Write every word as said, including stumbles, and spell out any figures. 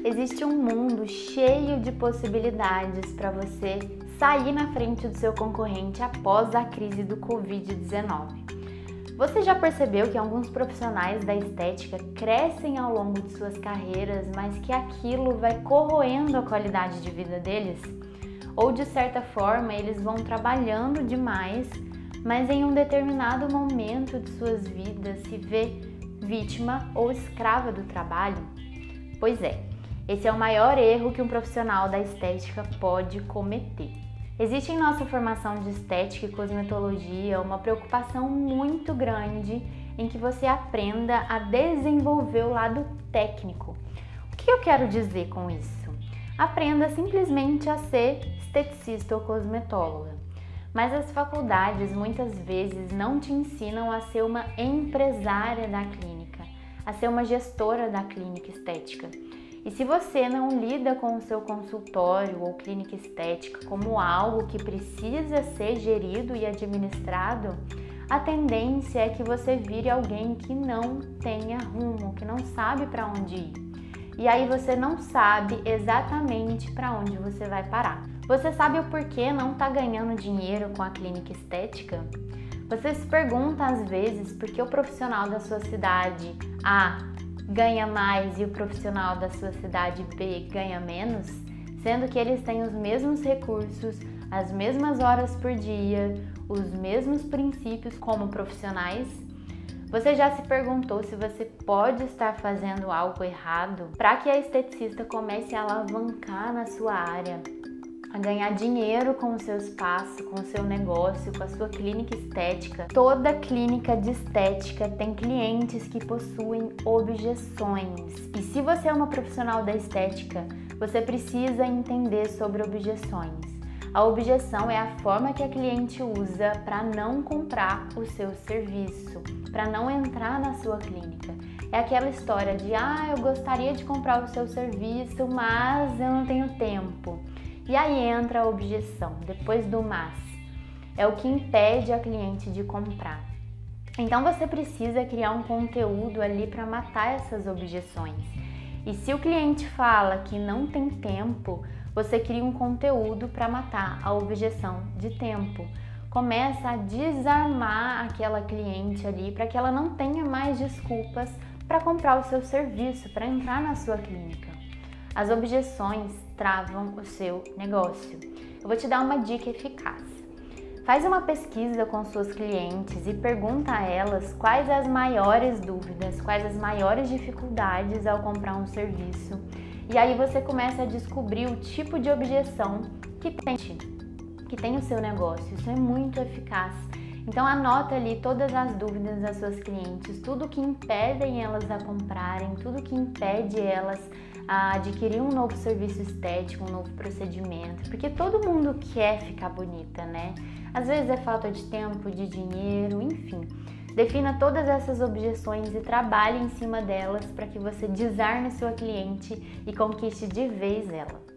Existe um mundo cheio de possibilidades para você sair na frente do seu concorrente após a crise do covid dezenove. Você já percebeu que alguns profissionais da estética crescem ao longo de suas carreiras, mas que aquilo vai corroendo a qualidade de vida deles? Ou de certa forma eles vão trabalhando demais, mas em um determinado momento de suas vidas se vê vítima ou escrava do trabalho? Pois é, esse é o maior erro que um profissional da estética pode cometer. Existe em nossa formação de estética e cosmetologia uma preocupação muito grande em que você aprenda a desenvolver o lado técnico. O que eu quero dizer com isso? Aprenda simplesmente a ser esteticista ou cosmetóloga. Mas as faculdades muitas vezes não te ensinam a ser uma empresária da clínica, a ser uma gestora da clínica estética. E se você não lida com o seu consultório ou clínica estética como algo que precisa ser gerido e administrado, a tendência é que você vire alguém que não tenha rumo, que não sabe para onde ir. E aí você não sabe exatamente para onde você vai parar. Você sabe o porquê não está ganhando dinheiro com a clínica estética? Você se pergunta às vezes por que o profissional da sua cidade A ganha mais e o profissional da sua cidade B ganha menos, sendo que eles têm os mesmos recursos, as mesmas horas por dia, os mesmos princípios como profissionais? Você já se perguntou se você pode estar fazendo algo errado para que a esteticista comece a alavancar na sua área, a ganhar dinheiro com o seu espaço, com o seu negócio, com a sua clínica estética? Toda clínica de estética tem clientes que possuem objeções. E se você é uma profissional da estética, você precisa entender sobre objeções. A objeção é a forma que a cliente usa para não comprar o seu serviço, para não entrar na sua clínica. É aquela história de, ah, eu gostaria de comprar o seu serviço, mas eu não tenho tempo. E aí entra a objeção, depois do mas. É o que impede a cliente de comprar. Então você precisa criar um conteúdo ali para matar essas objeções. E se o cliente fala que não tem tempo, você cria um conteúdo para matar a objeção de tempo. Começa a desarmar aquela cliente ali para que ela não tenha mais desculpas para comprar o seu serviço, para entrar na sua clínica. As objeções travam o seu negócio. Eu vou te dar uma dica eficaz. Faz uma pesquisa com suas clientes e pergunta a elas quais as maiores dúvidas, quais as maiores dificuldades ao comprar um serviço. E aí você começa a descobrir o tipo de objeção que tem, que tem o seu negócio. Isso é muito eficaz. Então anota ali todas as dúvidas das suas clientes, tudo que impedem elas a comprarem, tudo que impede elas a adquirir um novo serviço estético, um novo procedimento, porque todo mundo quer ficar bonita, né? Às vezes é falta de tempo, de dinheiro, enfim. Defina todas essas objeções e trabalhe em cima delas para que você desarme sua cliente e conquiste de vez ela.